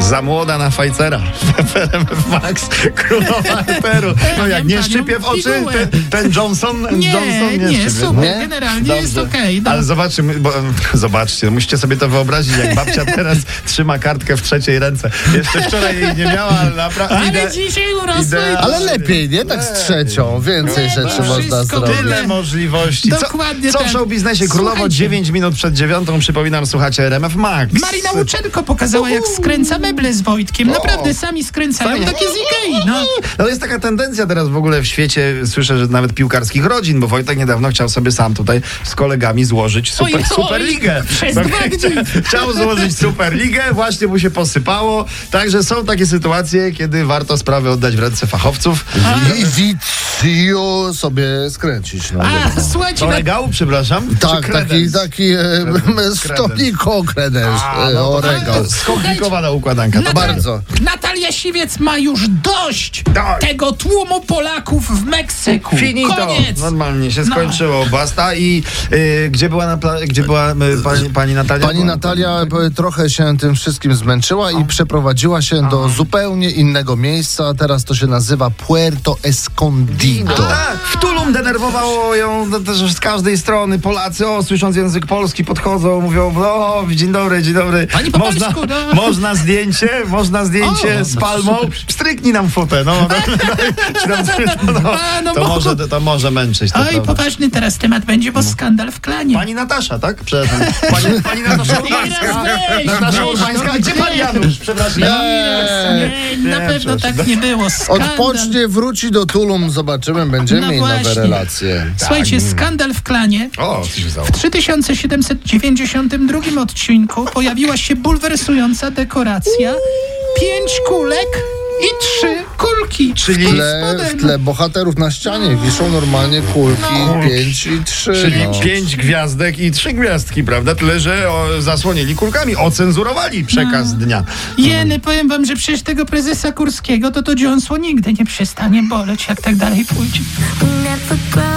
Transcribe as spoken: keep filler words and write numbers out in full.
Za młoda na fajcera. W R M F Max, królowa Peru. No jak nie szczypie w oczy, ten, ten Johnson, Nie, Johnson nie, nie, szczypie. super, Nie? generalnie Dobrze. jest okej. Ale zobaczymy, bo, zobaczcie, musicie sobie to wyobrazić, jak babcia teraz trzyma kartkę w trzeciej ręce. Jeszcze wczoraj jej nie miała, ale naprawdę... Ale ide- dzisiaj urosły. idea- Ale lepiej, nie? Tak z trzecią. Więcej Nie, rzeczy to można wszystko zrobić. Tyle możliwości. Co, Dokładnie co tak. w show biznesie? Królowo Słuchajcie. dziewięć minut przed dziewiątą. Przypominam, słuchacie R M F Max. Marina Łuczenko pokazała, jak skręca meble z Wojtkiem. Naprawdę sami skręcają, Fajnie. takie z Ikei, no. No jest taka tendencja teraz w ogóle w świecie, słyszę, że nawet piłkarskich rodzin, bo Wojtek niedawno chciał sobie sam tutaj z kolegami złożyć super, Oj, oj, Superligę. przez No, dwa dni. Chciał złożyć Superligę, właśnie mu się posypało. Także są takie sytuacje, kiedy warto sprawę oddać w ręce fachowców. I Wicjo sobie skręcić. No, A, wiadomo. słuchajcie, Do na... regału, przepraszam? Czy Tak, taki, kredens? taki e, Kredens. stoliko kredens, A, e, no to oregał. skomplikowana układanka. To Natal- bardzo. Natalia Siwiec ma już dość Tak. tego tłumu Polaków w Meksyku. Finito. Koniec. Normalnie się No. skończyło. Basta. I y, gdzie była, na pla- gdzie była y, pani, pani Natalia? Pani Natalia e, trochę się tym wszystkim zmęczyła i przeprowadziła się do zupełnie innego miejsca. Teraz to się nazywa Puerto Escondido. No tak, w Tulum denerwowało ją to też z każdej strony. Polacy, o, słysząc język polski, podchodzą, mówią, o, dzień dobry, dzień dobry. Pani po można, polsku, no. można zdjęcie, można zdjęcie O, z no palmą. super. Stryknij nam fotę, no. no, no, no, no A, no to, bo- może, to może męczyć. To Oj, prawda. poważny teraz temat będzie, bo skandal w klanie. Pani Natasza, tak? Przepraszam. Pani, pani Natasza Urbańska. weź, Natasza weź, Urbańska. no Gdzie gdzie? pan Janusz? Przepraszam. Nie, na nie, pewno przepraszam. tak nie było. Skandal. Odpocznie, wróci do Tulum, zobaczymy, będziemy No mieli nowe właśnie. relacje. Słuchajcie, skandal w klanie. O, co się stało? W trzy tysiące siedemset dziewięćdziesiątym drugim odcinku pojawiła się bulwersująca dekoracja. Pięć kulek i trzy kulki. Czyli- W tle, w tle bohaterów na ścianie wiszą normalnie kulki, pięć i trzy. Czyli no. pięć gwiazdek i trzy gwiazdki, prawda? Tyle, że o, zasłonili kulkami, ocenzurowali przekaz dnia. Jeny, powiem wam, że przecież tego prezesa Kurskiego to to dziąsło nigdy nie przestanie boleć, jak tak dalej pójdzie. Never grow